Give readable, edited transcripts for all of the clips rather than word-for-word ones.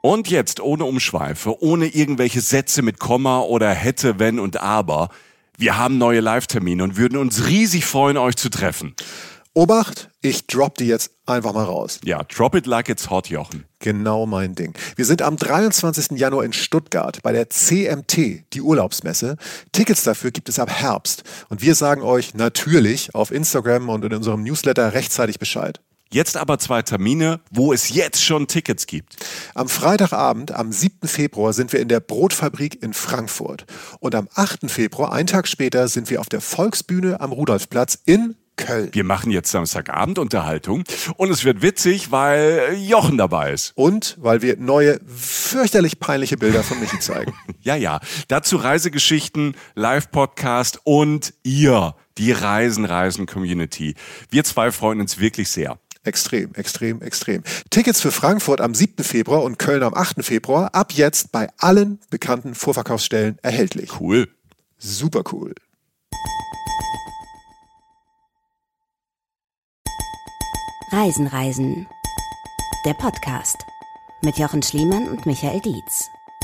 Und jetzt ohne Umschweife, ohne irgendwelche Sätze mit Komma oder hätte, wenn und aber. Wir haben neue Live-Termine und würden uns riesig freuen, euch zu treffen. Obacht, ich drop die jetzt einfach mal raus. Ja, drop it like it's hot, Jochen. Genau mein Ding. Wir sind am 23. Januar in Stuttgart bei der CMT, die Urlaubsmesse. Tickets dafür gibt es ab Herbst. Und wir sagen euch natürlich auf Instagram und in unserem Newsletter rechtzeitig Bescheid. Jetzt aber 2 Termine, wo es jetzt schon Tickets gibt. Am Freitagabend, am 7. Februar, sind wir in der Brotfabrik in Frankfurt. Und am 8. Februar, einen Tag später, sind wir auf der Volksbühne am Rudolfplatz in Köln. Wir machen jetzt Samstagabend Unterhaltung und es wird witzig, weil Jochen dabei ist. Und weil wir neue, fürchterlich peinliche Bilder von Michi zeigen. Ja. Dazu Reisegeschichten, Live-Podcast und ihr, die Reisen-Community. Wir 2 freuen uns wirklich sehr. Extrem. Tickets für Frankfurt am 7. Februar und Köln am 8. Februar ab jetzt bei allen bekannten Vorverkaufsstellen erhältlich. Cool. Super cool. Reisen. Der Podcast mit Jochen Schliemann und Michael Dietz.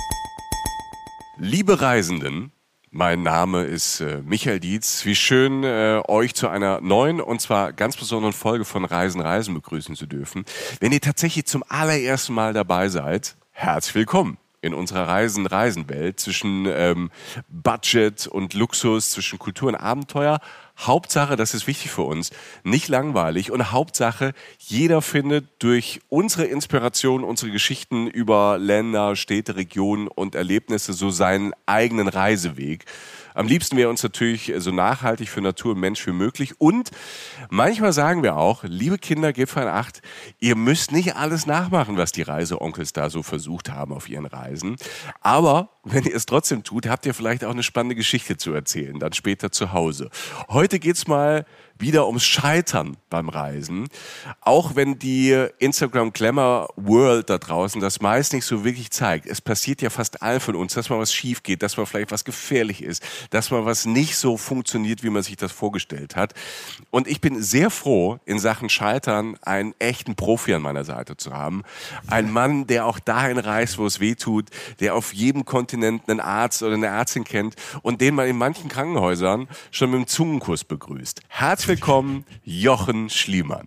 Liebe Reisenden, mein Name ist Michael Dietz. Wie schön, euch zu einer neuen und zwar ganz besonderen Folge von Reisen begrüßen zu dürfen. Wenn ihr tatsächlich zum allerersten Mal dabei seid, herzlich willkommen in unserer Reisen-Welt zwischen Budget und Luxus, zwischen Kultur und Abenteuer. Hauptsache, das ist wichtig für uns, nicht langweilig und Hauptsache, jeder findet durch unsere Inspiration, unsere Geschichten über Länder, Städte, Regionen und Erlebnisse so seinen eigenen Reiseweg. Am liebsten wäre uns natürlich so nachhaltig für Natur und Mensch wie möglich. Und manchmal sagen wir auch, liebe Kinder, gebt in Acht, ihr müsst nicht alles nachmachen, was die Reiseonkels da so versucht haben auf ihren Reisen. Aber wenn ihr es trotzdem tut, habt ihr vielleicht auch eine spannende Geschichte zu erzählen, dann später zu Hause. Heute geht's mal wieder ums Scheitern beim Reisen. Auch wenn die Instagram Glamour World da draußen das meist nicht so wirklich zeigt. Es passiert ja fast allen von uns, dass mal was schief geht, dass mal vielleicht was gefährlich ist, dass mal was nicht so funktioniert, wie man sich das vorgestellt hat. Und ich bin sehr froh, in Sachen Scheitern einen echten Profi an meiner Seite zu haben. Ein Mann, der auch dahin reist, wo es weh tut, der auf jedem Kontinent einen Arzt oder eine Ärztin kennt und den man in manchen Krankenhäusern schon mit dem Zungenkuss begrüßt. Herzlich willkommen, Jochen Schliemann.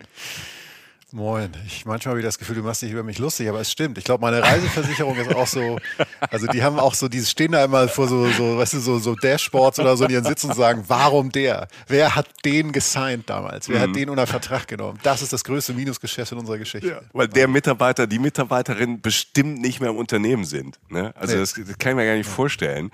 Moin. Manchmal habe ich das Gefühl, du machst dich über mich lustig, aber es stimmt. Ich glaube, meine Reiseversicherung ist auch so, also die haben auch so, die stehen da immer vor so Dashboards oder so in ihren Sitzen und sagen, warum der? Wer hat den gesigned damals? Wer hat den unter Vertrag genommen? Das ist das größte Minusgeschäft in unserer Geschichte. Ja, weil der Mitarbeiter, die Mitarbeiterin bestimmt nicht mehr im Unternehmen sind. Ne? Also nee. Das kann ich mir gar nicht vorstellen.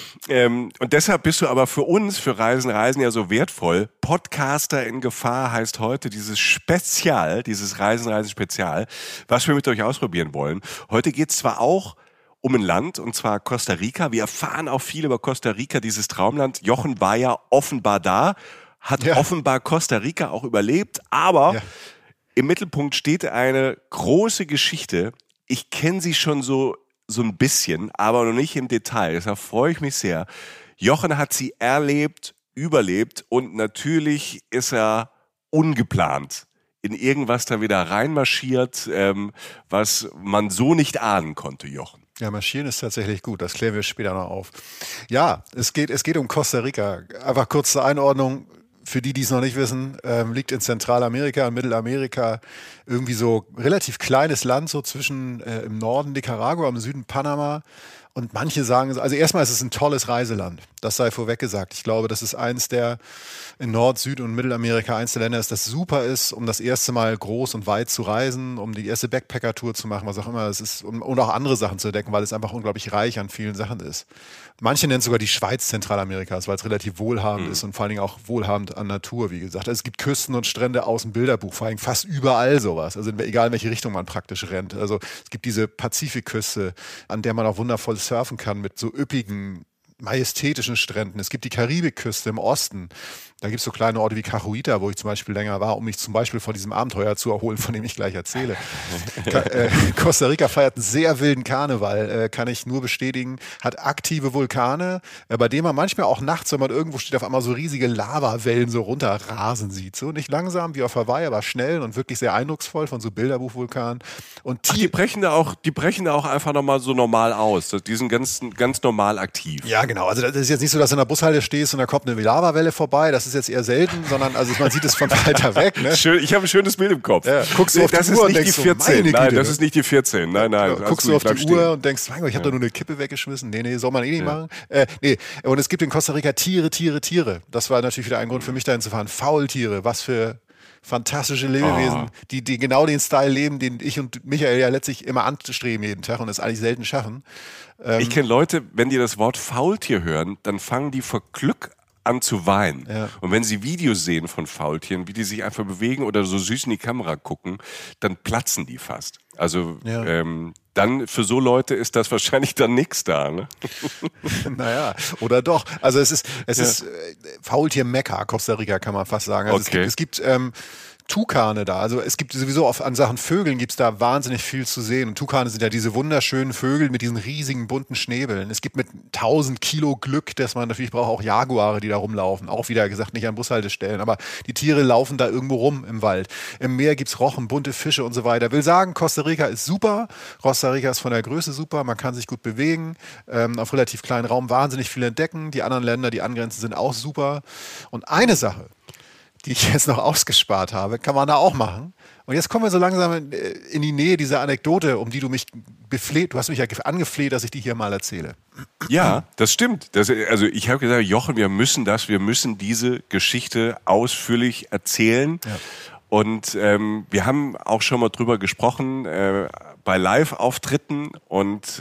Und deshalb bist du aber für uns, für Reisen ja so wertvoll. Podcaster in Gefahr heißt heute dieses Spezial, dieses Reisen-Spezial, was wir mit euch ausprobieren wollen. Heute geht es zwar auch um ein Land, und zwar Costa Rica. Wir erfahren auch viel über Costa Rica, dieses Traumland. Jochen war ja offenbar da, hat offenbar Costa Rica auch überlebt, aber im Mittelpunkt steht eine große Geschichte. Ich kenne sie schon so ein bisschen, aber noch nicht im Detail. Deshalb freue ich mich sehr. Jochen hat sie erlebt, überlebt und natürlich ist er ungeplant in irgendwas da wieder reinmarschiert, was man so nicht ahnen konnte, Jochen. Ja, marschieren ist tatsächlich gut, das klären wir später noch auf. Ja, es geht um Costa Rica. Einfach kurz zur Einordnung, für die es noch nicht wissen, liegt in Zentralamerika und Mittelamerika, irgendwie so relativ kleines Land, so zwischen im Norden Nicaragua, im Süden Panama. Und manche sagen, also erstmal ist es ein tolles Reiseland, das sei vorweg gesagt. Ich glaube, das ist eins der in Nord-, Süd- und Mittelamerika eins der Länder ist, das super ist, um das erste Mal groß und weit zu reisen, um die erste Backpacker-Tour zu machen, was auch immer es ist, und auch andere Sachen zu entdecken, weil es einfach unglaublich reich an vielen Sachen ist. Manche nennen es sogar die Schweiz Zentralamerikas, weil es relativ wohlhabend ist und vor allen Dingen auch wohlhabend an Natur, wie gesagt. Also es gibt Küsten und Strände aus dem Bilderbuch, vor allem fast überall sowas. Also egal in welche Richtung man praktisch rennt. Also es gibt diese Pazifikküste, an der man auch wundervoll surfen kann mit so üppigen, majestätischen Stränden. Es gibt die Karibikküste im Osten. Da gibt es so kleine Orte wie Cajuita, wo ich zum Beispiel länger war, um mich zum Beispiel von diesem Abenteuer zu erholen, von dem ich gleich erzähle. Costa Rica feiert einen sehr wilden Karneval, kann ich nur bestätigen. Hat aktive Vulkane, bei denen man manchmal auch nachts, wenn man irgendwo steht, auf einmal so riesige Lavawellen so runterrasen sieht. So nicht langsam wie auf Hawaii, aber schnell und wirklich sehr eindrucksvoll von so Bilderbuchvulkanen. Und die brechen da auch einfach nochmal so normal aus. Die sind ganz normal aktiv. Ja, genau. Also das ist jetzt nicht so, dass du in der Bushalte stehst und da kommt eine Lavawelle vorbei. Das ist jetzt eher selten, sondern also man sieht es von weiter weg. Ne? Schön, ich habe ein schönes Bild im Kopf. Ja, guckst du auf das die Uhr ist nicht die 14. Nein, das ist nicht die 14. Nein. Guckst du auf die Uhr und denkst, mein Gott, ich habe da nur eine Kippe weggeschmissen. Nee, soll man eh nicht machen. Nee, und es gibt in Costa Rica Tiere. Das war natürlich wieder ein Grund für mich, dahin zu fahren. Faultiere, was für fantastische Lebewesen, die genau den Style leben, den ich und Michael ja letztlich immer anstreben jeden Tag und es eigentlich selten schaffen. Ich kenne Leute, wenn die das Wort Faultier hören, dann fangen die vor Glück an zu weinen. Ja. Und wenn sie Videos sehen von Faultieren, wie die sich einfach bewegen oder so süß in die Kamera gucken, dann platzen die fast. Also dann für so Leute ist das wahrscheinlich dann nichts da. Ne? Naja, oder doch. Also es ist Faultier-Mekka, Costa Rica kann man fast sagen. Also es gibt Tukane da. Also es gibt sowieso an Sachen Vögeln gibt es da wahnsinnig viel zu sehen. Und Tukane sind ja diese wunderschönen Vögel mit diesen riesigen bunten Schnäbeln. Es gibt mit 1000 Kilo Glück, dass man natürlich braucht auch Jaguare, die da rumlaufen. Auch wieder gesagt, nicht an Bushaltestellen. Aber die Tiere laufen da irgendwo rum im Wald. Im Meer gibt es Rochen, bunte Fische und so weiter. Will sagen, Costa Rica ist super. Costa Rica ist von der Größe super. Man kann sich gut bewegen. Auf relativ kleinen Raum wahnsinnig viel entdecken. Die anderen Länder, die angrenzen, sind auch super. Und eine Sache, die ich jetzt noch ausgespart habe, kann man da auch machen. Und jetzt kommen wir so langsam in die Nähe dieser Anekdote, um die du mich du hast mich ja angefleht, dass ich die hier mal erzähle. Ja, das stimmt. Also ich habe gesagt, Jochen, wir müssen diese Geschichte ausführlich erzählen. Ja. Und wir haben auch schon mal drüber gesprochen bei Live-Auftritten und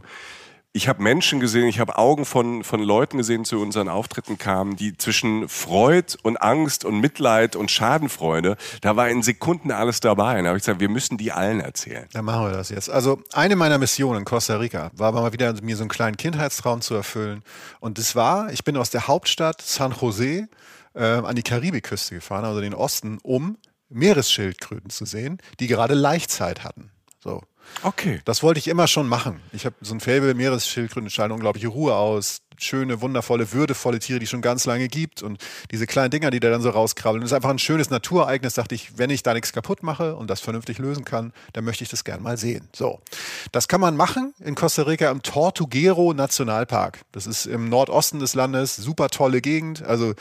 ich habe Menschen gesehen, ich habe Augen von Leuten gesehen, zu unseren Auftritten kamen, die zwischen Freud und Angst und Mitleid und Schadenfreude, da war in Sekunden alles dabei. Und da habe ich gesagt, wir müssen die allen erzählen. Dann machen wir das jetzt. Also eine meiner Missionen in Costa Rica war mal wieder, mir so einen kleinen Kindheitstraum zu erfüllen. Und das war, ich bin aus der Hauptstadt San Jose an die Karibikküste gefahren, also den Osten, um Meeresschildkröten zu sehen, die gerade Laichzeit hatten. So. Okay. Das wollte ich immer schon machen. Ich habe so ein Faible, Meeresschildkröten strahlen unglaubliche Ruhe aus. Schöne, wundervolle, würdevolle Tiere, die es schon ganz lange gibt. Und diese kleinen Dinger, die da dann so rauskrabbeln. Das ist einfach ein schönes Naturereignis, dachte ich, wenn ich da nichts kaputt mache und das vernünftig lösen kann, dann möchte ich das gern mal sehen. So. Das kann man machen in Costa Rica im Tortuguero Nationalpark. Das ist im Nordosten des Landes. Super tolle Gegend. Also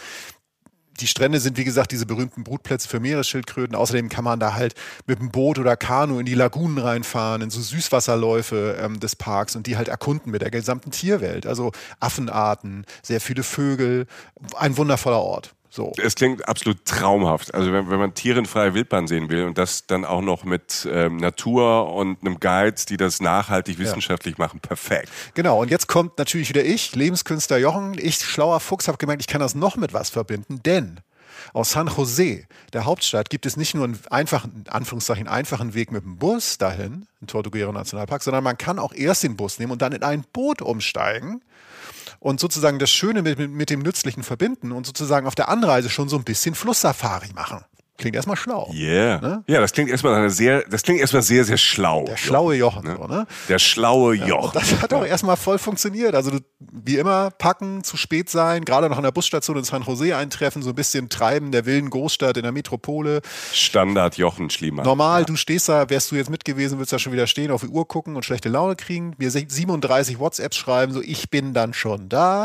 die Strände sind, wie gesagt, diese berühmten Brutplätze für Meeresschildkröten. Außerdem kann man da halt mit dem Boot oder Kanu in die Lagunen reinfahren, in so Süßwasserläufe des Parks und die halt erkunden mit der gesamten Tierwelt. Also Affenarten, sehr viele Vögel, ein wundervoller Ort. So. Es klingt absolut traumhaft. Also wenn man Tiere in freier Wildbahn sehen will und das dann auch noch mit Natur und einem Guide, die das nachhaltig wissenschaftlich machen, perfekt. Genau, und jetzt kommt natürlich wieder ich, Lebenskünstler Jochen. Ich, schlauer Fuchs, habe gemerkt, ich kann das noch mit was verbinden, denn aus San Jose, der Hauptstadt, gibt es nicht nur einen einfachen, Anführungszeichen, einfachen Weg mit dem Bus dahin, in Tortuguero Nationalpark, sondern man kann auch erst den Bus nehmen und dann in ein Boot umsteigen und sozusagen das Schöne mit dem Nützlichen verbinden und sozusagen auf der Anreise schon so ein bisschen Flusssafari machen. Klingt erstmal schlau. Yeah. Ne? Ja, das klingt erstmal sehr, sehr schlau. Der schlaue Jochen. Ne? So, ne? Der schlaue Jochen. Das hat auch erstmal voll funktioniert. Also wie immer, packen, zu spät sein, gerade noch an der Busstation in San Jose eintreffen, so ein bisschen treiben der wilden Großstadt in der Metropole. Standard Jochen Schliemann. Normal, du stehst da, wärst du jetzt mit gewesen, würdest da schon wieder stehen, auf die Uhr gucken und schlechte Laune kriegen, mir 37 WhatsApps schreiben, so ich bin dann schon da.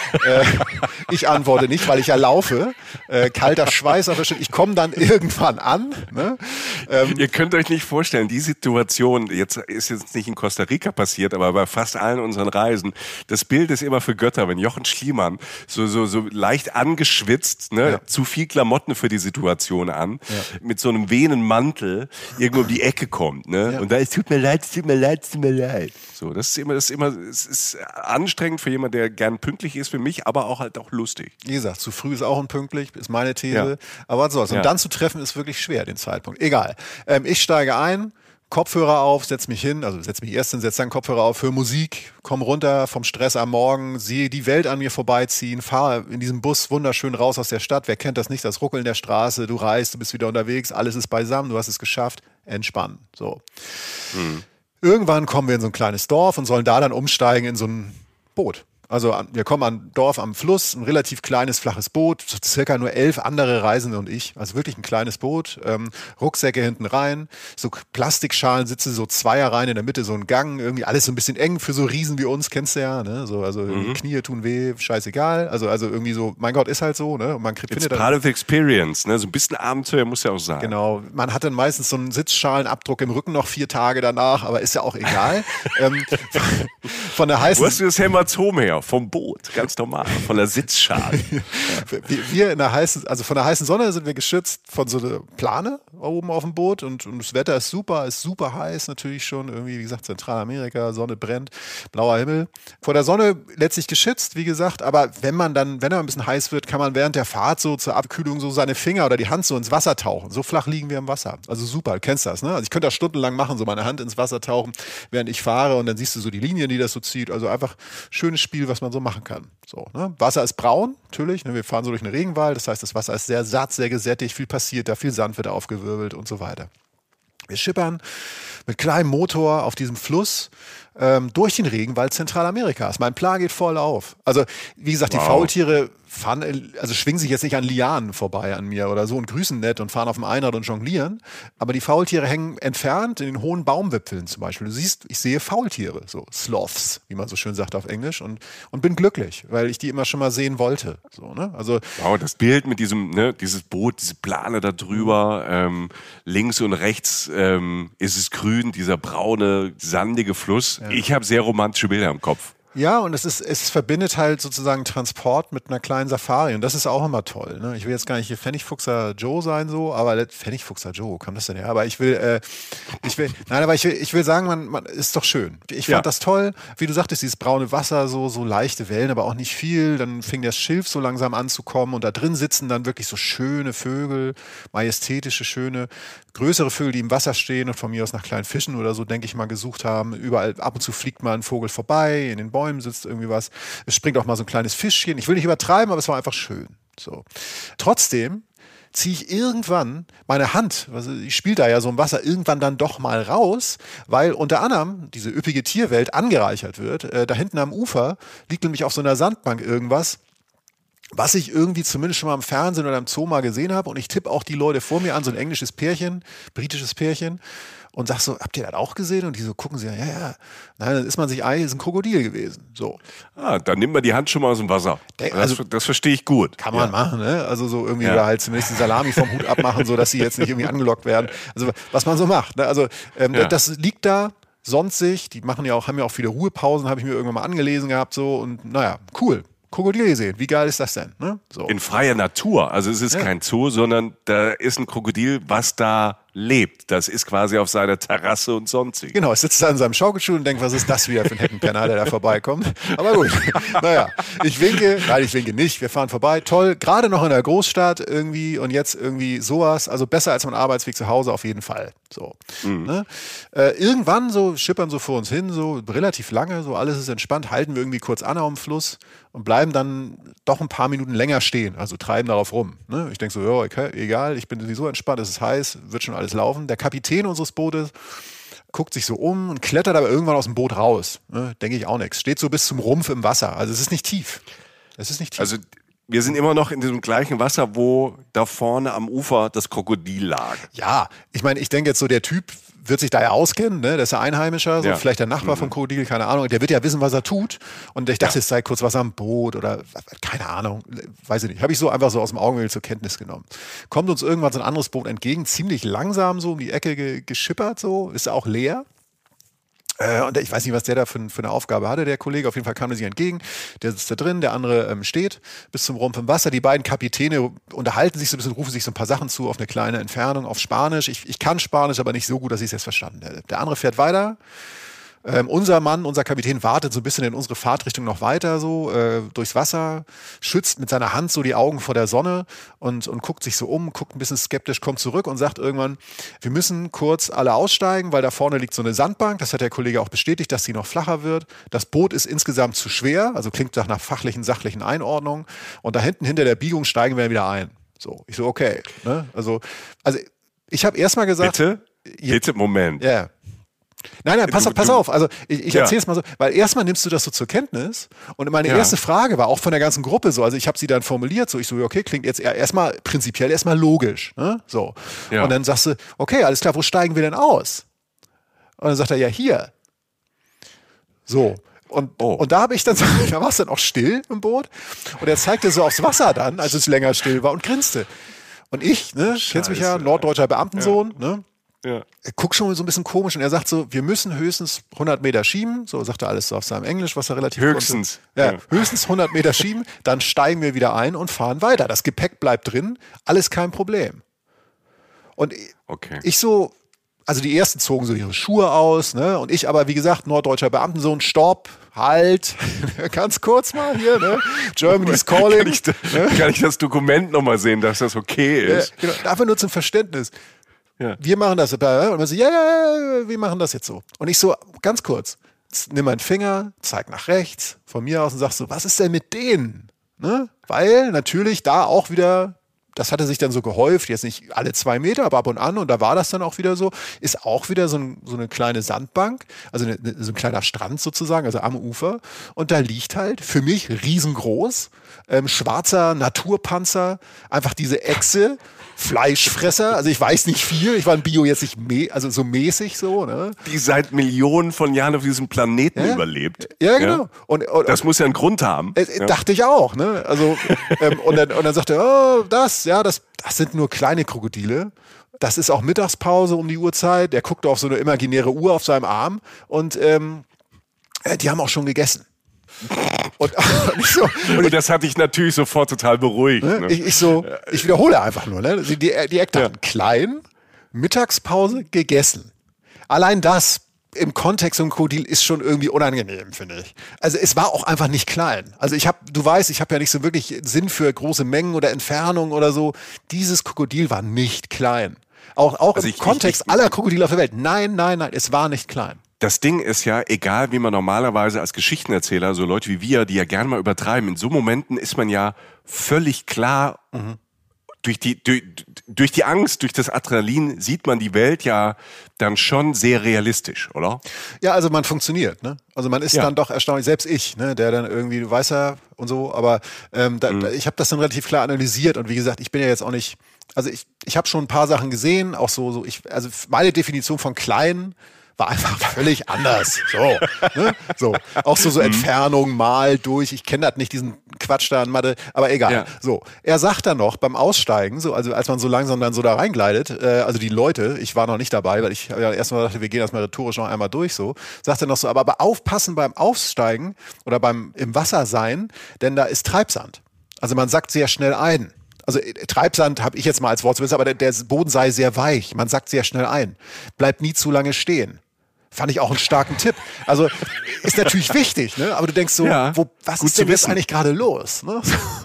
Ich antworte nicht, weil ich ja laufe. Kalter Schweiß auf der Stirn. Ich komme dann irgendwann an. Ne? Ihr könnt euch nicht vorstellen, die Situation, ist jetzt nicht in Costa Rica passiert, aber bei fast allen unseren Reisen, das Bild ist immer für Götter, wenn Jochen Schliemann so leicht angeschwitzt, ne, zu viel Klamotten für die Situation an, mit so einem wehenden Mantel irgendwo um die Ecke kommt, ne? Und da ist, tut mir leid. So, das ist anstrengend für jemanden, der gern pünktlich ist, für mich, aber auch halt auch lustig. Wie gesagt, zu früh ist auch unpünktlich, ist meine These. Aber was soll's. Und dann zu treffen ist wirklich schwer, den Zeitpunkt. Egal. Ich steige ein, Kopfhörer auf, setz mich hin, also setz mich erst hin, setz dann Kopfhörer auf, hör Musik, komm runter vom Stress am Morgen, sehe die Welt an mir vorbeiziehen, fahre in diesem Bus wunderschön raus aus der Stadt. Wer kennt das nicht, das Ruckeln der Straße, du reist, du bist wieder unterwegs, alles ist beisammen, du hast es geschafft, entspannen. So. Irgendwann kommen wir in so ein kleines Dorf und sollen da dann umsteigen in so ein Boot. Also wir kommen an ein Dorf am Fluss, ein relativ kleines, flaches Boot, so circa nur 11 andere Reisende und ich. Also wirklich ein kleines Boot, Rucksäcke hinten rein, so Plastikschalen, Sitze so Zweierreihen in der Mitte, so ein Gang, irgendwie alles so ein bisschen eng für so Riesen wie uns, kennst du ja, ne? So, also die Knie tun weh, scheißegal. Also irgendwie so, mein Gott, ist halt so, ne? Und man findet part of experience, ne? So ein bisschen Abenteuer muss ja auch sein. Genau, man hat dann meistens so einen Sitzschalenabdruck im Rücken noch 4 Tage danach, aber ist ja auch egal. Von der heißen... Wo hast du das Hämatom her? Vom Boot, ganz normal, von der Sitzschale. Wir in der heißen, also von der heißen Sonne sind wir geschützt von so einer Plane oben auf dem Boot und das Wetter ist super heiß natürlich schon, irgendwie, wie gesagt, Zentralamerika, Sonne brennt, blauer Himmel. Vor der Sonne letztlich geschützt, wie gesagt, aber wenn er ein bisschen heiß wird, kann man während der Fahrt so zur Abkühlung so seine Finger oder die Hand so ins Wasser tauchen. So flach liegen wir im Wasser. Also super, du kennst das, ne? Also ich könnte das stundenlang machen, so meine Hand ins Wasser tauchen, während ich fahre und dann siehst du so die Linien, die das so zieht. Also einfach schönes Spiel, was man so machen kann. So, ne? Wasser ist braun, natürlich. Ne? Wir fahren so durch einen Regenwald, das heißt, das Wasser ist sehr satt, sehr gesättigt, viel passiert da, viel Sand wird aufgewirbelt und so weiter. Wir schippern mit kleinem Motor auf diesem Fluss durch den Regenwald Zentralamerikas. Mein Plan geht voll auf. Also, wie gesagt, die Faultiere schwingen sich jetzt nicht an Lianen vorbei an mir oder so und grüßen nett und fahren auf dem Einrad und jonglieren. Aber die Faultiere hängen entfernt in den hohen Baumwipfeln zum Beispiel. Du siehst, ich sehe Faultiere, so Sloths, wie man so schön sagt auf Englisch, und bin glücklich, weil ich die immer schon mal sehen wollte. So, ne? Also, das Bild mit diesem, ne, dieses Boot, diese Plane da drüber, links und rechts ist es grün, dieser braune, sandige Fluss. Ja. Ich habe sehr romantische Bilder im Kopf. Ja, und es verbindet halt sozusagen Transport mit einer kleinen Safari und das ist auch immer toll. Ne? Ich will jetzt gar nicht hier Pfennigfuchser Joe sein, so, aber Pfennigfuchser Joe, kam das denn her? Aber ich will sagen, man ist doch schön. Ich fand das toll, wie du sagtest, dieses braune Wasser, so leichte Wellen, aber auch nicht viel. Dann fing das Schilf so langsam an zu kommen und da drin sitzen dann wirklich so schöne Vögel, majestätische, schöne, größere Vögel, die im Wasser stehen und von mir aus nach kleinen Fischen oder so, denke ich mal, gesucht haben. Überall, ab und zu fliegt mal ein Vogel vorbei, in den Bäumen sitzt irgendwie was. Es springt auch mal so ein kleines Fischchen. Ich will nicht übertreiben, aber es war einfach schön. So. Trotzdem ziehe ich irgendwann meine Hand, also ich spiele da ja so im Wasser, irgendwann dann doch mal raus, weil unter anderem diese üppige Tierwelt angereichert wird. Da hinten am Ufer liegt nämlich auf so einer Sandbank irgendwas, was ich irgendwie zumindest schon mal im Fernsehen oder im Zoo mal gesehen habe. Und ich tippe auch die Leute vor mir an, so ein englisches Pärchen, britisches Pärchen, und sag so, habt ihr das auch gesehen? Und die so gucken sie, ja. Nein, dann ist man sich ist ein Krokodil gewesen. So. Dann nimmt man die Hand schon mal aus dem Wasser. Das verstehe ich gut. Kann man machen, ne? Also so irgendwie oder halt zumindest die Salami vom Hut abmachen, so dass sie jetzt nicht irgendwie angelockt werden. Also was man so macht. Ne? Also das liegt da. Sonstig, haben ja auch viele Ruhepausen, habe ich mir irgendwann mal angelesen gehabt, so, und naja, cool. Krokodil gesehen. Wie geil ist das denn? Ne? So. In freier Natur. Also es ist kein Zoo, sondern da ist ein Krokodil, was da lebt. Das ist quasi auf seiner Terrasse und sonstig. Genau, es sitzt da in seinem Schaukelstuhl und denkt, was ist das wieder für ein Heckenpenner, der da vorbeikommt. Aber gut, naja, ich winke nicht, wir fahren vorbei. Toll, gerade noch in der Großstadt irgendwie und jetzt irgendwie sowas. Also besser als mein Arbeitsweg zu Hause auf jeden Fall. So. Ne? Irgendwann so schippern so vor uns hin, so relativ lange, so alles ist entspannt, halten wir irgendwie kurz an am Fluss und bleiben dann doch ein paar Minuten länger stehen, also treiben darauf rum. Ne? Ich denke so, ja, okay, egal, ich bin sowieso entspannt, es ist heiß, wird schon alles laufen. Der Kapitän unseres Bootes guckt sich so um und klettert aber irgendwann aus dem Boot raus. Ne? Denke ich auch nichts. Steht so bis zum Rumpf im Wasser, also es ist nicht tief. Also wir sind immer noch in diesem gleichen Wasser, wo da vorne am Ufer das Krokodil lag. Ja, ich meine, ich denke jetzt so, der Typ wird sich da ja auskennen, ne? Der ist ja Einheimischer, so vielleicht der Nachbar vom Krokodil, keine Ahnung. Der wird ja wissen, was er tut. Und ich dachte, es sei kurz was am Boot oder keine Ahnung, weiß ich nicht. Habe ich so einfach so aus dem Augenwinkel zur Kenntnis genommen. Kommt uns irgendwann so ein anderes Boot entgegen, ziemlich langsam so um die Ecke geschippert, so, ist auch leer. Und ich weiß nicht, was der da für eine Aufgabe hatte, der Kollege. Auf jeden Fall kam er sich entgegen. Der sitzt da drin, der andere steht bis zum Rumpf im Wasser. Die beiden Kapitäne unterhalten sich so ein bisschen, rufen sich so ein paar Sachen zu auf eine kleine Entfernung auf Spanisch. Ich kann Spanisch, aber nicht so gut, dass ich es jetzt verstanden hätte. Der andere fährt weiter Unser Kapitän wartet so ein bisschen in unsere Fahrtrichtung noch weiter, so durchs Wasser, schützt mit seiner Hand so die Augen vor der Sonne und guckt sich so um, guckt ein bisschen skeptisch, kommt zurück und sagt irgendwann, wir müssen kurz alle aussteigen, weil da vorne liegt so eine Sandbank. Das hat der Kollege auch bestätigt, dass sie noch flacher wird. Das Boot ist insgesamt zu schwer, also klingt nach fachlichen, sachlichen Einordnung. Und da hinten hinter der Biegung steigen wir wieder ein. So, ich so, okay. Ne? Also ich habe erstmal gesagt... Bitte, Moment. Ja. Nein, pass auf. Also ich erzähle es mal so, weil erstmal nimmst du das so zur Kenntnis und meine erste Frage war auch von der ganzen Gruppe so, also ich habe sie dann formuliert, so ich so, okay, klingt jetzt erstmal prinzipiell erstmal logisch. Ne? So. Ja. Und dann sagst du, okay, alles klar, wo steigen wir denn aus? Und dann sagt er, ja, hier. So. Und da habe ich dann so, da war es dann auch still im Boot und er zeigte so aufs Wasser dann, als es länger still war und grinste. Und ich, ne, kennst mich ja, norddeutscher Beamtensohn, ne? Ja. Er guckt schon so ein bisschen komisch und er sagt so, wir müssen höchstens 100 Meter schieben. So sagt er alles so auf seinem Englisch, was er relativ höchstens. Höchstens 100 Meter schieben, dann steigen wir wieder ein und fahren weiter. Das Gepäck bleibt drin, alles kein Problem. Und ich so, also die ersten zogen so ihre Schuhe aus, ne? Und ich aber, wie gesagt, norddeutscher Beamtensohn, stopp, halt, ganz kurz mal hier, ne? Germany's calling. Kann ich das Dokument nochmal sehen, dass das okay ist? Genau, einfach nur zum Verständnis. Ja. Wir machen das. Und man so, ja, wir machen das jetzt so. Und ich so, ganz kurz, nimm meinen Finger, zeig nach rechts, von mir aus und sag so, was ist denn mit denen? Ne? Weil natürlich da auch wieder, das hatte sich dann so gehäuft, jetzt nicht alle 2 Meter, aber ab und an, und da war das dann auch wieder so, ist auch wieder so eine kleine Sandbank, also so ein kleiner Strand sozusagen, also am Ufer. Und da liegt halt für mich riesengroß, schwarzer Naturpanzer, einfach diese Echse, Fleischfresser, also ich weiß nicht viel, ich war in Bio jetzt nicht also so mäßig so, ne? Die seit Millionen von Jahren auf diesem Planeten überlebt. Ja, genau. Ja? Und das muss ja einen Grund haben. Dachte ich auch, ne? Also, und dann sagte er, das sind nur kleine Krokodile. Das ist auch Mittagspause um die Uhrzeit. Der guckte auf so eine imaginäre Uhr auf seinem Arm und die haben auch schon gegessen. Und das hat dich natürlich sofort total beruhigt. Ne? Ich wiederhole einfach nur, ne? Die Eckdaten. Klein, Mittagspause, gegessen. Allein das im Kontext von Krokodil ist schon irgendwie unangenehm, finde ich. Also es war auch einfach nicht klein. Also ich habe ja nicht so wirklich Sinn für große Mengen oder Entfernungen oder so. Dieses Krokodil war nicht klein. Auch also im Kontext aller Krokodile auf der Welt. Nein, es war nicht klein. Das Ding ist ja, egal wie man normalerweise als Geschichtenerzähler, so Leute wie wir, die ja gerne mal übertreiben, in so Momenten ist man ja völlig klar, durch die Angst, durch das Adrenalin sieht man die Welt ja dann schon sehr realistisch, oder? Ja, also man funktioniert, ne? Also man ist dann doch erstaunlich, selbst ich, ne, der dann irgendwie, du weißt ja und so, aber ich habe das dann relativ klar analysiert und wie gesagt, ich bin ja jetzt auch nicht, also ich habe schon ein paar Sachen gesehen, auch also meine Definition von klein war einfach völlig anders. Ne? So. Auch so Entfernung mal durch. Ich kenne das nicht, diesen Quatsch da an Mathe, aber egal. Ja. So. Er sagt dann noch beim Aussteigen, so, also als man so langsam dann so da reingleitet, also die Leute, ich war noch nicht dabei, weil ich ja erstmal dachte, wir gehen das mal rhetorisch noch einmal durch, so, sagt er noch so, aber aufpassen beim Aussteigen oder beim im Wasser sein, denn da ist Treibsand. Also man sackt sehr schnell ein. Also Treibsand habe ich jetzt mal als Wort zu wissen, aber der Boden sei sehr weich. Man sackt sehr schnell ein. Bleibt nie zu lange stehen. Fand ich auch einen starken Tipp. Also ist natürlich wichtig, ne? Aber du denkst so, was ist denn jetzt eigentlich gerade los? Ne?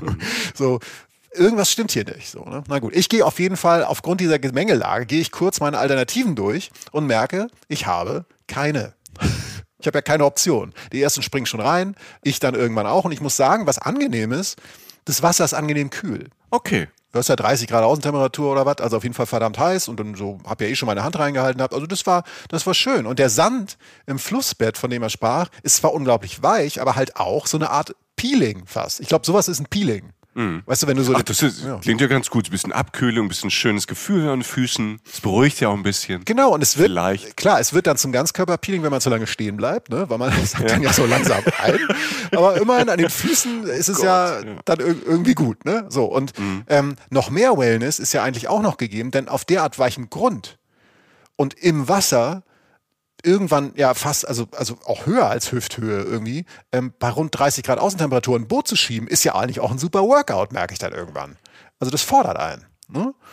So, irgendwas stimmt hier nicht. So, ne? Na gut, ich gehe auf jeden Fall, aufgrund dieser Gemengelage, gehe ich kurz meine Alternativen durch und merke, ich habe keine. Ich habe ja keine Option. Die ersten springen schon rein, ich dann irgendwann auch. Und ich muss sagen, was angenehm ist, das Wasser ist angenehm kühl. Okay. Du hast ja 30 Grad Außentemperatur oder was, also auf jeden Fall verdammt heiß und dann so, hab ja schon meine Hand reingehalten gehabt. Also das war schön. Und der Sand im Flussbett, von dem er sprach, ist zwar unglaublich weich, aber halt auch so eine Art Peeling fast. Ich glaube, sowas ist ein Peeling. Weißt du, wenn du so... Ach, klingt ja ganz gut. Ein bisschen Abkühlung, ein bisschen schönes Gefühl an den Füßen. Es beruhigt ja auch ein bisschen. Genau, und es wird dann zum Ganzkörperpeeling, wenn man zu lange stehen bleibt, ne? Weil man sagt dann ja so langsam ein. Aber immerhin an den Füßen ist es dann irgendwie gut, ne? So, und noch mehr Wellness ist ja eigentlich auch noch gegeben, denn auf derart weichen Grund und im Wasser irgendwann ja fast, also auch höher als Hüfthöhe irgendwie, bei rund 30 Grad Außentemperatur ein Boot zu schieben, ist ja eigentlich auch ein super Workout, merke ich dann irgendwann. Also das fordert einen. Ne?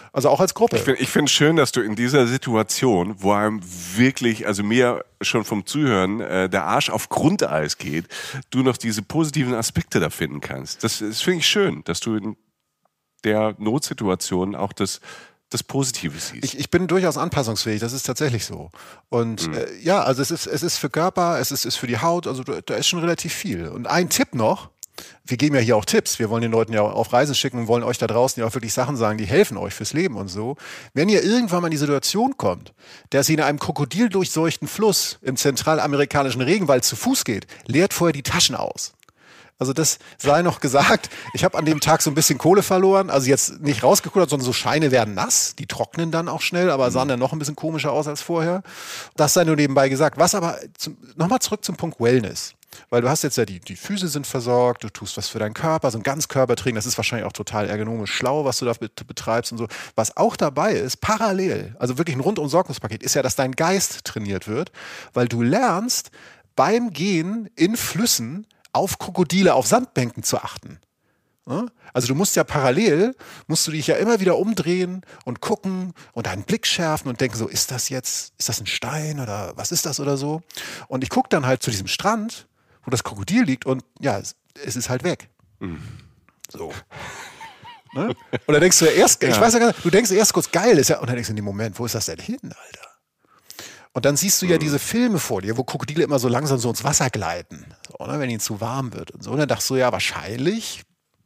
Also auch als Gruppe. Ich finde es schön, dass du in dieser Situation, wo einem wirklich, also mir schon vom Zuhören der Arsch auf Grundeis geht, du noch diese positiven Aspekte da finden kannst. Das finde ich schön, dass du in der Notsituation auch das Positive siehst. Ich bin durchaus anpassungsfähig, das ist tatsächlich so. Und also es ist für Körper, es ist für die Haut, also da ist schon relativ viel. Und ein Tipp noch, wir geben ja hier auch Tipps, wir wollen den Leuten ja auf Reisen schicken und wollen euch da draußen ja auch wirklich Sachen sagen, die helfen euch fürs Leben und so. Wenn ihr irgendwann mal in die Situation kommt, dass ihr in einem krokodildurchseuchten Fluss im zentralamerikanischen Regenwald zu Fuß geht, leert vorher die Taschen aus. Also das sei noch gesagt, ich habe an dem Tag so ein bisschen Kohle verloren, also jetzt nicht rausgekullert, sondern so Scheine werden nass, die trocknen dann auch schnell, aber sahen dann noch ein bisschen komischer aus als vorher. Das sei nur nebenbei gesagt. Was aber, nochmal zurück zum Punkt Wellness. Weil du hast jetzt ja die Füße sind versorgt, du tust was für deinen Körper, so ein Ganzkörpertraining, das ist wahrscheinlich auch total ergonomisch schlau, was du da betreibst und so. Was auch dabei ist, parallel, also wirklich ein Rundum-Sorgungspaket, ist ja, dass dein Geist trainiert wird, weil du lernst, beim Gehen in Flüssen auf Krokodile, auf Sandbänken zu achten. Also du musst du dich ja immer wieder umdrehen und gucken und deinen Blick schärfen und denken so, ist das ein Stein oder was ist das oder so? Und ich gucke dann halt zu diesem Strand, wo das Krokodil liegt und ja, es ist halt weg. So. Ne? Und dann denkst du ja erst, ich weiß ja gar nicht, du denkst erst kurz, geil ist ja, und dann denkst du in dem Moment, wo ist das denn hin, Alter? Und dann siehst du ja diese Filme vor dir, wo Krokodile immer so langsam so ins Wasser gleiten, so, ne, wenn ihnen zu warm wird und so. Und dann dachtest du ja, wahrscheinlich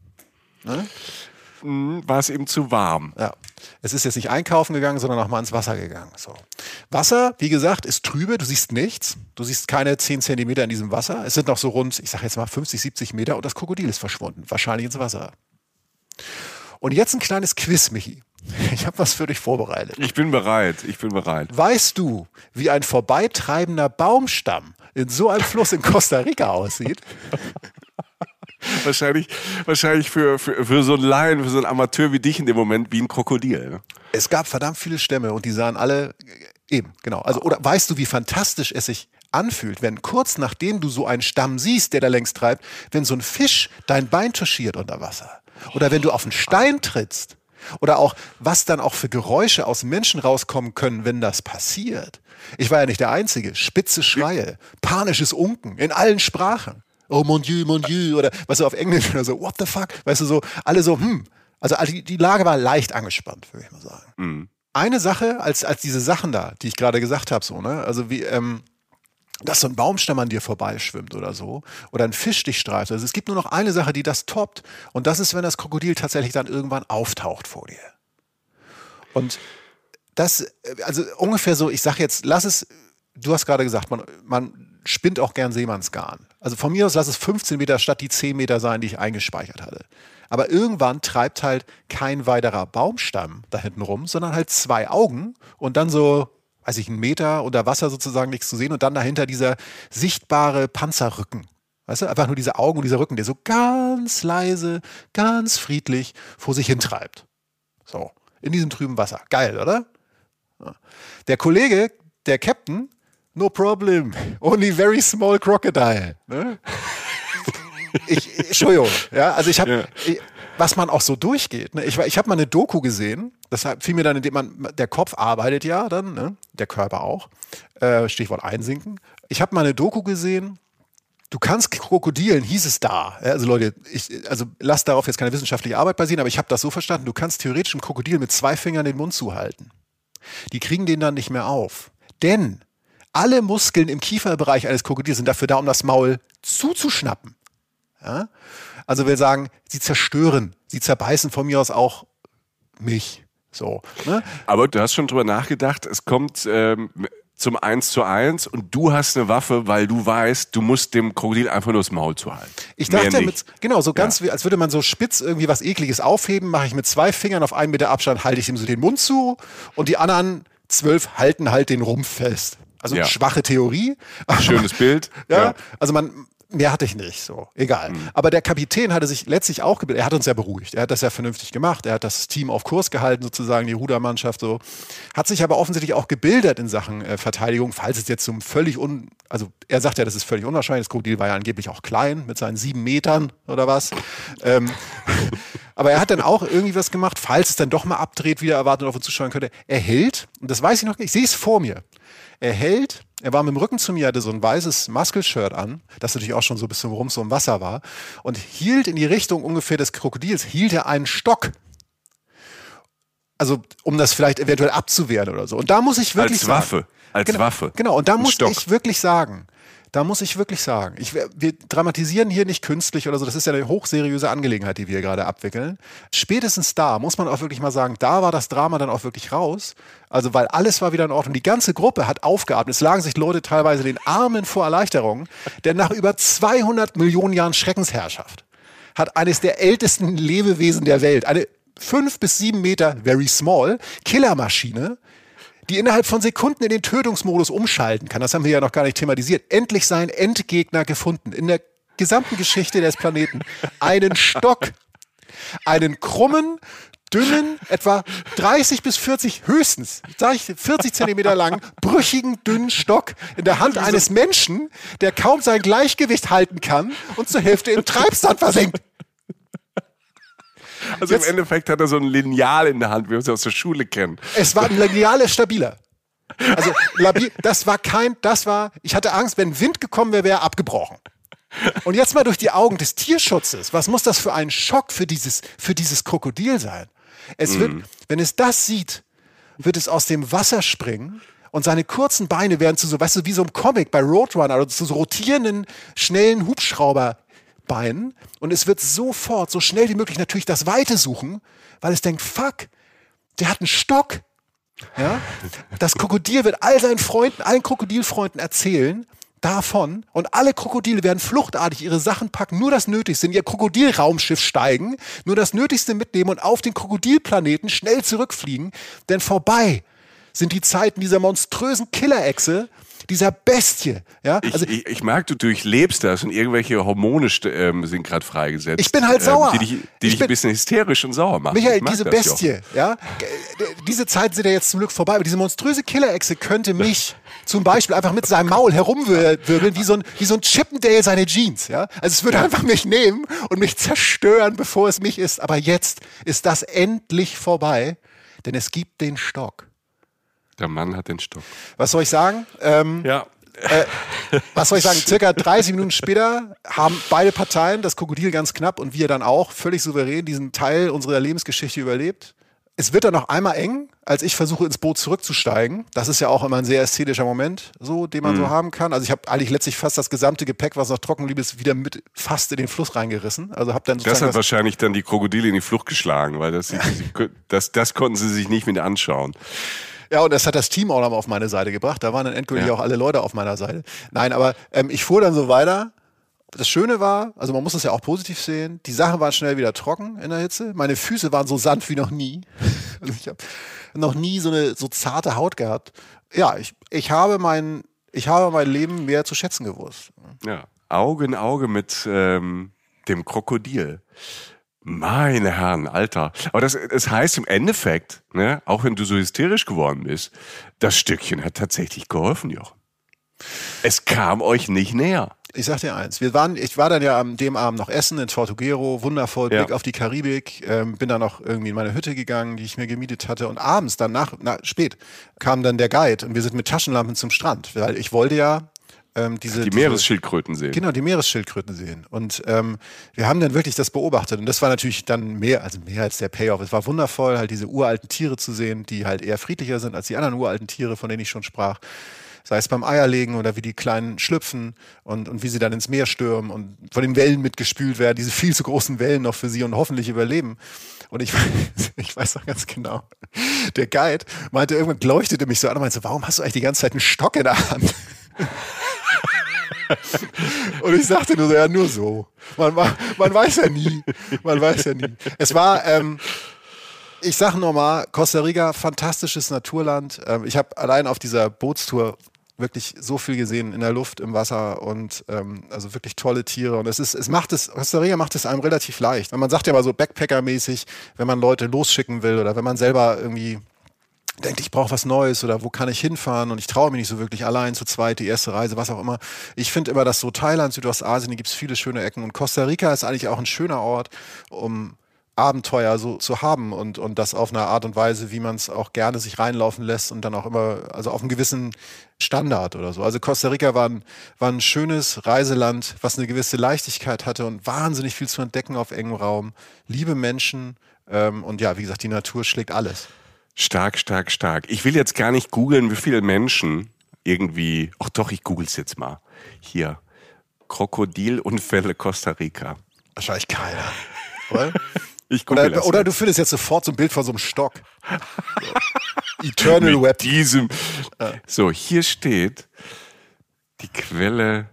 war es eben zu warm. Ja. Es ist jetzt nicht einkaufen gegangen, sondern auch mal ins Wasser gegangen. So. Wasser, wie gesagt, ist trübe, du siehst nichts. Du siehst keine 10 Zentimeter in diesem Wasser. Es sind noch so rund, ich sag jetzt mal 50, 70 Meter und das Krokodil ist verschwunden, wahrscheinlich ins Wasser. Und jetzt ein kleines Quiz, Michi. Ich habe was für dich vorbereitet. Ich bin bereit. Weißt du, wie ein vorbeitreibender Baumstamm in so einem Fluss in Costa Rica aussieht? Wahrscheinlich für so einen Laien, für so einen Amateur wie dich in dem Moment wie ein Krokodil. Ne? Es gab verdammt viele Stämme und die sahen alle eben, genau. Also, oder weißt du, wie fantastisch es sich anfühlt, wenn kurz nachdem du so einen Stamm siehst, der da längs treibt, wenn so ein Fisch dein Bein touchiert unter Wasser? Oder wenn du auf einen Stein trittst? Oder auch, was dann auch für Geräusche aus Menschen rauskommen können, wenn das passiert. Ich war ja nicht der Einzige. Spitze Schreie, panisches Unken in allen Sprachen. Oh mon Dieu, oder weißt du, auf Englisch oder so, what the fuck? Weißt du, so, alle so, Also die Lage war leicht angespannt, würde ich mal sagen. Mhm. Eine Sache, als diese Sachen da, die ich gerade gesagt habe, so, ne, also wie, dass so ein Baumstamm an dir vorbeischwimmt oder so, oder ein Fisch dich streift. Also es gibt nur noch eine Sache, die das toppt, und das ist, wenn das Krokodil tatsächlich dann irgendwann auftaucht vor dir. Und das, also ungefähr so, ich sag jetzt, du hast gerade gesagt, man spinnt auch gern Seemannsgarn. Also von mir aus lass es 15 Meter statt die 10 Meter sein, die ich eingespeichert hatte. Aber irgendwann treibt halt kein weiterer Baumstamm da hinten rum, sondern halt 2 Augen und dann so, weiß ich, 1 Meter unter Wasser sozusagen nichts zu sehen und dann dahinter dieser sichtbare Panzerrücken. Weißt du, einfach nur diese Augen und dieser Rücken, der so ganz leise, ganz friedlich vor sich hintreibt. So, in diesem trüben Wasser. Geil, oder? Ja. Der Kollege, der Captain, no problem, only very small crocodile. Ne? Entschuldigung, ja, also was man auch so durchgeht. Ne? Ich habe mal eine Doku gesehen, das fiel mir dann, der Kopf arbeitet ja dann, ne? Der Körper auch, Stichwort einsinken. Ich habe mal eine Doku gesehen, du kannst Krokodilen, hieß es da, ja, also Leute, lass darauf jetzt keine wissenschaftliche Arbeit basieren, aber ich habe das so verstanden, du kannst theoretisch einem Krokodil mit 2 Fingern den Mund zuhalten. Die kriegen den dann nicht mehr auf, denn alle Muskeln im Kieferbereich eines Krokodils sind dafür da, um das Maul zuzuschnappen. Ja? Also wir sagen, sie zerbeißen von mir aus auch mich. So, ne? Aber du hast schon drüber nachgedacht, es kommt zum 1:1 und du hast eine Waffe, weil du weißt, du musst dem Krokodil einfach nur das Maul zuhalten. Ich dachte, als würde man so spitz irgendwie was Ekliges aufheben, mache ich mit 2 Fingern auf 1 Meter Abstand, halte ich ihm so den Mund zu und die anderen 12 halten halt den Rumpf fest. Also schwache Theorie. Schönes Bild. Ja. Also mehr hatte ich nicht, so, egal. Aber der Kapitän hatte sich letztlich auch gebildet, er hat uns ja beruhigt, er hat das ja vernünftig gemacht, er hat das Team auf Kurs gehalten, sozusagen, die Rudermannschaft so. Hat sich aber offensichtlich auch gebildet in Sachen Verteidigung, falls es jetzt also er sagt ja, das ist völlig unwahrscheinlich, das Krokodil war ja angeblich auch klein, mit seinen 7 Metern oder was. Aber er hat dann auch irgendwie was gemacht, falls es dann doch mal abdreht, wieder erwartet auf uns zuschauen könnte. Er hält, und das weiß ich noch, ich sehe es vor mir. Er war mit dem Rücken zu mir, hatte so ein weißes Muscle-Shirt an, das natürlich auch schon so ein bisschen rum so im Wasser war, und hielt in die Richtung ungefähr des Krokodils, hielt er einen Stock. Also, um das vielleicht eventuell abzuwehren oder so. Und da muss ich wirklich sagen. Als Waffe. Genau, und da muss ich wirklich sagen, wir dramatisieren hier nicht künstlich oder so, das ist ja eine hochseriöse Angelegenheit, die wir gerade abwickeln. Spätestens da muss man auch wirklich mal sagen, da war das Drama dann auch wirklich raus. Also, weil alles war wieder in Ordnung. Die ganze Gruppe hat aufgeatmet. Es lagen sich Leute teilweise den Armen vor Erleichterung, denn nach über 200 Millionen Jahren Schreckensherrschaft hat eines der ältesten Lebewesen der Welt, eine 5 bis 7 Meter, very small, Killermaschine, die innerhalb von Sekunden in den Tötungsmodus umschalten kann, das haben wir ja noch gar nicht thematisiert, endlich seinen Endgegner gefunden. In der gesamten Geschichte des Planeten. Einen Stock. Einen krummen, dünnen, etwa 30 bis 40, höchstens, sage ich, 40 Zentimeter lang, brüchigen, dünnen Stock in der Hand eines Menschen, der kaum sein Gleichgewicht halten kann und zur Hälfte im Treibsand versenkt. Also jetzt, im Endeffekt hat er so ein Lineal in der Hand, wie wir es aus der Schule kennen. Es war ein Lineal, ist stabiler. Also ich hatte Angst, wenn Wind gekommen wäre, wäre er abgebrochen. Und jetzt mal durch die Augen des Tierschutzes, was muss das für ein Schock für dieses Krokodil sein? Es wird, wenn es das sieht, wird es aus dem Wasser springen und seine kurzen Beine werden zu so, weißt du, wie so im Comic bei Roadrunner oder zu so rotierenden, schnellen Hubschrauberbeinen. Und es wird sofort, so schnell wie möglich natürlich das Weite suchen, weil es denkt, fuck, der hat einen Stock. Ja? Das Krokodil wird all seinen Freunden, allen Krokodilfreunden erzählen davon und alle Krokodile werden fluchtartig ihre Sachen packen, nur das Nötigste, in ihr Krokodilraumschiff steigen, nur das Nötigste mitnehmen und auf den Krokodilplaneten schnell zurückfliegen, denn vorbei sind die Zeiten dieser monströsen Killerechse, dieser Bestie. Ja? Also, ich merke, du durchlebst das und irgendwelche Hormone sind gerade freigesetzt. Ich bin halt sauer. Die dich ein bisschen hysterisch und sauer machen. Michael, diese Bestie, ja, diese Zeiten sind ja jetzt zum Glück vorbei, aber diese monströse Killerechse könnte mich zum Beispiel einfach mit seinem Maul herumwirbeln, wie so ein Chippendale seine Jeans. Ja? Also es würde einfach mich nehmen und mich zerstören, bevor es mich ist. Aber jetzt ist das endlich vorbei, denn es gibt den Stock. Der Mann hat den Stock. Was soll ich sagen? Was soll ich sagen? Circa 30 Minuten später haben beide Parteien, das Krokodil ganz knapp und wir dann auch, völlig souverän diesen Teil unserer Lebensgeschichte überlebt. Es wird dann noch einmal eng, als ich versuche, ins Boot zurückzusteigen. Das ist ja auch immer ein sehr ästhetischer Moment, so, den man so haben kann. Also ich habe eigentlich letztlich fast das gesamte Gepäck, was noch trocken blieb, ist wieder mit fast in den Fluss reingerissen. Also hab dann das hat wahrscheinlich dann die Krokodile in die Flucht geschlagen, weil das konnten sie sich nicht mit anschauen. Ja, und das hat das Team auch noch mal auf meine Seite gebracht. Da waren dann endgültig auch alle Leute auf meiner Seite. Nein, aber ich fuhr dann so weiter. Das Schöne war, also man muss das ja auch positiv sehen, die Sachen waren schnell wieder trocken in der Hitze. Meine Füße waren so sanft wie noch nie. Also ich habe noch nie so zarte Haut gehabt. Ja, ich habe mein Leben mehr zu schätzen gewusst. Ja, Auge in Auge mit dem Krokodil. Meine Herren, Alter. Aber das heißt im Endeffekt, ne, auch wenn du so hysterisch geworden bist, das Stückchen hat tatsächlich geholfen, Jochen. Es kam euch nicht näher. Ich sag dir eins, ich war dann ja an dem Abend noch essen in Tortuguero, wundervoll, Blick auf die Karibik, bin dann noch irgendwie in meine Hütte gegangen, die ich mir gemietet hatte und abends dann spät kam dann der Guide und wir sind mit Taschenlampen zum Strand, weil ich wollte ja die Meeresschildkröten sehen. Genau, die Meeresschildkröten sehen. Und wir haben dann wirklich das beobachtet. Und das war natürlich dann mehr als der Payoff. Es war wundervoll, halt diese uralten Tiere zu sehen, die halt eher friedlicher sind als die anderen uralten Tiere, von denen ich schon sprach. Sei es beim Eierlegen oder wie die Kleinen schlüpfen und wie sie dann ins Meer stürmen und von den Wellen mitgespült werden, diese viel zu großen Wellen noch für sie und hoffentlich überleben. Und ich weiß noch ganz genau, der Guide meinte, irgendwann leuchtete mich so an und meinte so, warum hast du eigentlich die ganze Zeit einen Stock in der Hand? Und ich sagte nur so, ja, nur so. Man weiß ja nie. Man weiß ja nie. Es war, ich sag nochmal, Costa Rica, fantastisches Naturland. Ich habe allein auf dieser Bootstour wirklich so viel gesehen in der Luft, im Wasser und also wirklich tolle Tiere. Und Costa Rica macht es einem relativ leicht. Und man sagt ja mal so Backpacker-mäßig, wenn man Leute losschicken will oder wenn man selber irgendwie denkt, ich brauche was Neues oder wo kann ich hinfahren und ich traue mich nicht so wirklich allein zu zweit, die erste Reise, was auch immer. Ich finde immer, dass so Thailand, Südostasien, da gibt es viele schöne Ecken und Costa Rica ist eigentlich auch ein schöner Ort, um Abenteuer so zu haben und das auf eine Art und Weise, wie man es auch gerne sich reinlaufen lässt und dann auch immer, also auf einen gewissen Standard oder so. Also Costa Rica war ein schönes Reiseland, was eine gewisse Leichtigkeit hatte und wahnsinnig viel zu entdecken auf engem Raum. Liebe Menschen und ja, wie gesagt, die Natur schlägt alles. Stark, stark, stark. Ich will jetzt gar nicht googeln, wie viele Menschen irgendwie, ach doch, ich google es jetzt mal. Hier, Krokodilunfälle Costa Rica. Wahrscheinlich keiner. Oder? Ich google das oder jetzt. du findest jetzt sofort so ein Bild von so einem Stock. So. Eternal Web. Diesem. So, hier steht die Quelle.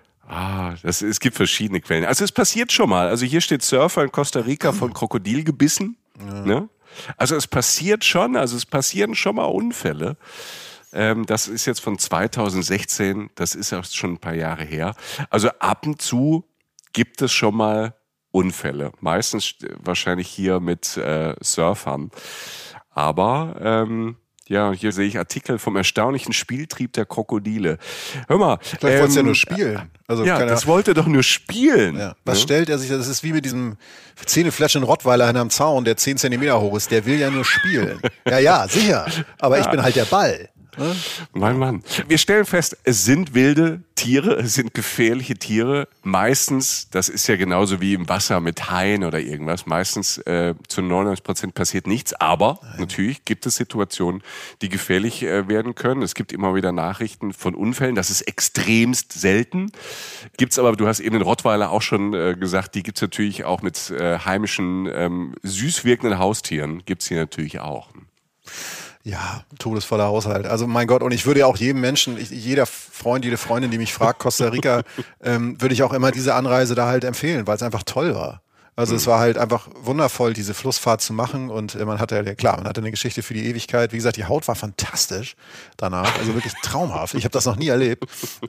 Es gibt verschiedene Quellen. Also es passiert schon mal. Also hier steht Surfer in Costa Rica von Krokodil gebissen. Ja. Ne? Also es passiert schon, also es passieren schon mal Unfälle. Das ist jetzt von 2016, das ist auch schon ein paar Jahre her. Also ab und zu gibt es schon mal Unfälle. Meistens wahrscheinlich hier mit Surfern. Aber ja, hier sehe ich Artikel vom erstaunlichen Spieltrieb der Krokodile. Hör mal. Vielleicht wollte es ja nur spielen. Also ja, das wollte doch nur spielen. Ja. Was stellt er sich, das ist wie mit diesem zähnefletschenden Rottweiler hinterm Zaun, der 10 Zentimeter hoch ist, der will ja nur spielen. Ja, sicher. Aber ich bin halt der Ball. Ne? Mein Mann. Wir stellen fest, es sind wilde Tiere, es sind gefährliche Tiere. Meistens, das ist ja genauso wie im Wasser mit Haien oder irgendwas, meistens zu 99% passiert nichts. Aber natürlich gibt es Situationen, die gefährlich werden können. Es gibt immer wieder Nachrichten von Unfällen. Das ist extremst selten. Gibt's aber, du hast eben den Rottweiler auch schon gesagt, die gibt's natürlich auch mit heimischen, süß wirkenden Haustieren. Gibt's hier natürlich auch. Ja, todesvoller Haushalt. Also mein Gott, und ich würde ja auch jedem Menschen, jeder Freund, jede Freundin, die mich fragt, Costa Rica, würde ich auch immer diese Anreise da halt empfehlen, weil es einfach toll war. Also es war halt einfach wundervoll, diese Flussfahrt zu machen und man hatte eine Geschichte für die Ewigkeit. Wie gesagt, die Haut war fantastisch danach, also wirklich traumhaft. Ich habe das noch nie erlebt.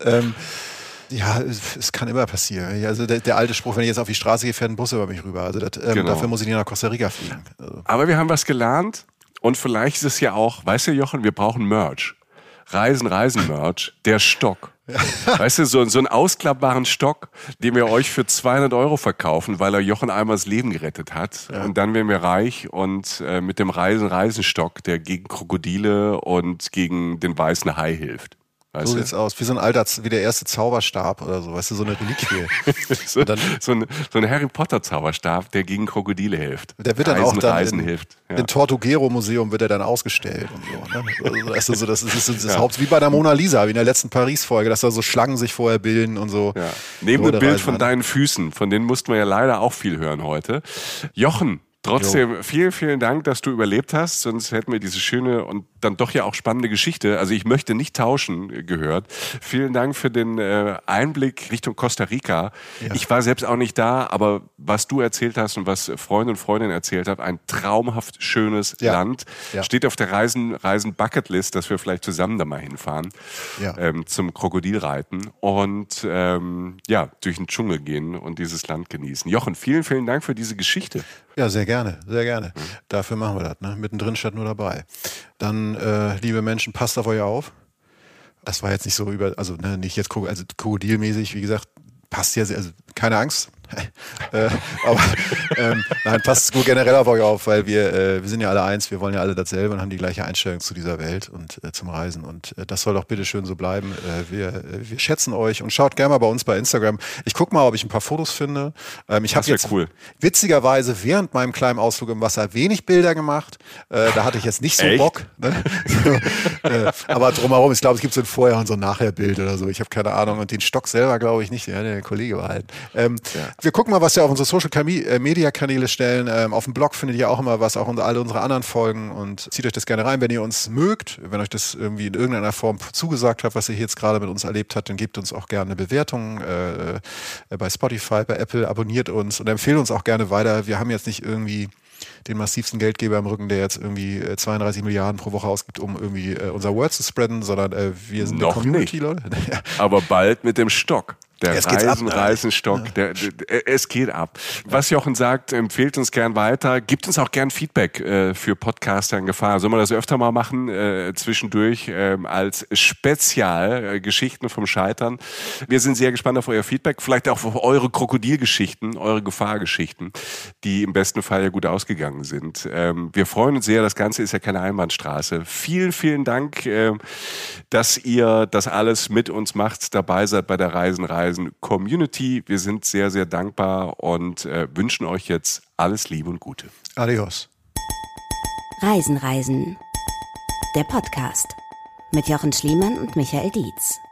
Ja, es kann immer passieren. Also der alte Spruch, wenn ich jetzt auf die Straße gehe, fährt ein Bus über mich rüber. Also dafür muss ich nicht nach Costa Rica fliegen. Also. Aber wir haben was gelernt. Und vielleicht ist es ja auch, weißt du, Jochen, wir brauchen Merch. Reisen-Merch, der Stock. Weißt du, so einen ausklappbaren Stock, den wir euch für 200 € verkaufen, weil er Jochen einmal das Leben gerettet hat. Ja. Und dann werden wir reich und mit dem Reisen-Stock, der gegen Krokodile und gegen den weißen Hai hilft. Weißt so sieht's aus, wie der erste Zauberstab oder so, weißt du, so eine Reliquie. so ein Harry Potter Zauberstab, der gegen Krokodile hilft. Der wird dann auch hilft. Ja. Im Tortuguero Museum wird er dann ausgestellt und so. Ne? Also, weißt du, so, das ist das wie bei der Mona Lisa, wie in der letzten Paris-Folge, dass da so Schlangen sich vorher bilden und so. Ja. Neben dem Bild von deinen Füßen, von denen mussten wir ja leider auch viel hören heute. Jochen, trotzdem, vielen, vielen Dank, dass du überlebt hast, sonst hätten wir diese schöne und dann doch ja auch spannende Geschichte, also ich möchte nicht tauschen, gehört. Vielen Dank für den Einblick Richtung Costa Rica. Ja. Ich war selbst auch nicht da, aber was du erzählt hast und was Freunde und Freundinnen erzählt haben, ein traumhaft schönes Land. Ja. Steht auf der Reisen-Bucketlist, dass wir vielleicht zusammen da mal hinfahren, zum Krokodilreiten und durch den Dschungel gehen und dieses Land genießen. Jochen, vielen, vielen Dank für diese Geschichte. Ja, sehr gerne, sehr gerne. Dafür machen wir das, ne? Mittendrin statt nur dabei. Dann, liebe Menschen, passt auf euch auf. Das war jetzt nicht so nicht jetzt krokodilmäßig, wie gesagt, passt ja, also keine Angst. Aber nein, passt gut generell auf euch auf, weil wir sind ja alle eins, wir wollen ja alle dasselbe und haben die gleiche Einstellung zu dieser Welt und zum Reisen und das soll doch bitte schön so bleiben. Wir schätzen euch und schaut gerne mal bei uns bei Instagram. Ich gucke mal, ob ich ein paar Fotos finde. Ich habe jetzt witzigerweise während meinem kleinen Ausflug im Wasser wenig Bilder gemacht. Da hatte ich jetzt nicht so Bock. Ne? Aber drumherum, ich glaube, es gibt so ein Vorher- und so ein Nachher-Bild oder so. Ich habe keine Ahnung und den Stock selber glaube ich nicht, den hat der Kollege behalten. Wir gucken mal, was wir auf unsere Social-Media-Kanäle stellen. Auf dem Blog findet ihr auch immer was, auch alle unsere anderen Folgen und zieht euch das gerne rein, wenn ihr uns mögt. Wenn euch das irgendwie in irgendeiner Form zugesagt hat, was ihr hier jetzt gerade mit uns erlebt habt, dann gebt uns auch gerne eine Bewertung bei Spotify, bei Apple, abonniert uns und empfehlt uns auch gerne weiter. Wir haben jetzt nicht irgendwie den massivsten Geldgeber im Rücken, der jetzt irgendwie 32 Milliarden pro Woche ausgibt, um irgendwie unser Word zu spreaden, sondern wir sind noch eine Community, nicht. Leute. Aber bald mit dem Stock. Der Reisenstock, es geht ab. Was Jochen sagt, empfehlt uns gern weiter. Gibt uns auch gern Feedback für Podcaster in Gefahr. Sollen wir das öfter mal machen, zwischendurch als Spezial Geschichten vom Scheitern. Wir sind sehr gespannt auf euer Feedback, vielleicht auch auf eure Krokodilgeschichten, eure Gefahrgeschichten, die im besten Fall ja gut ausgegangen sind. Wir freuen uns sehr, das Ganze ist ja keine Einbahnstraße. Vielen, vielen Dank, dass ihr das alles mit uns macht, dabei seid bei der Reisen Community. Wir sind sehr, sehr dankbar und wünschen euch jetzt alles Liebe und Gute. Adios. Reisen. Der Podcast mit Jochen Schliemann und Michael Dietz.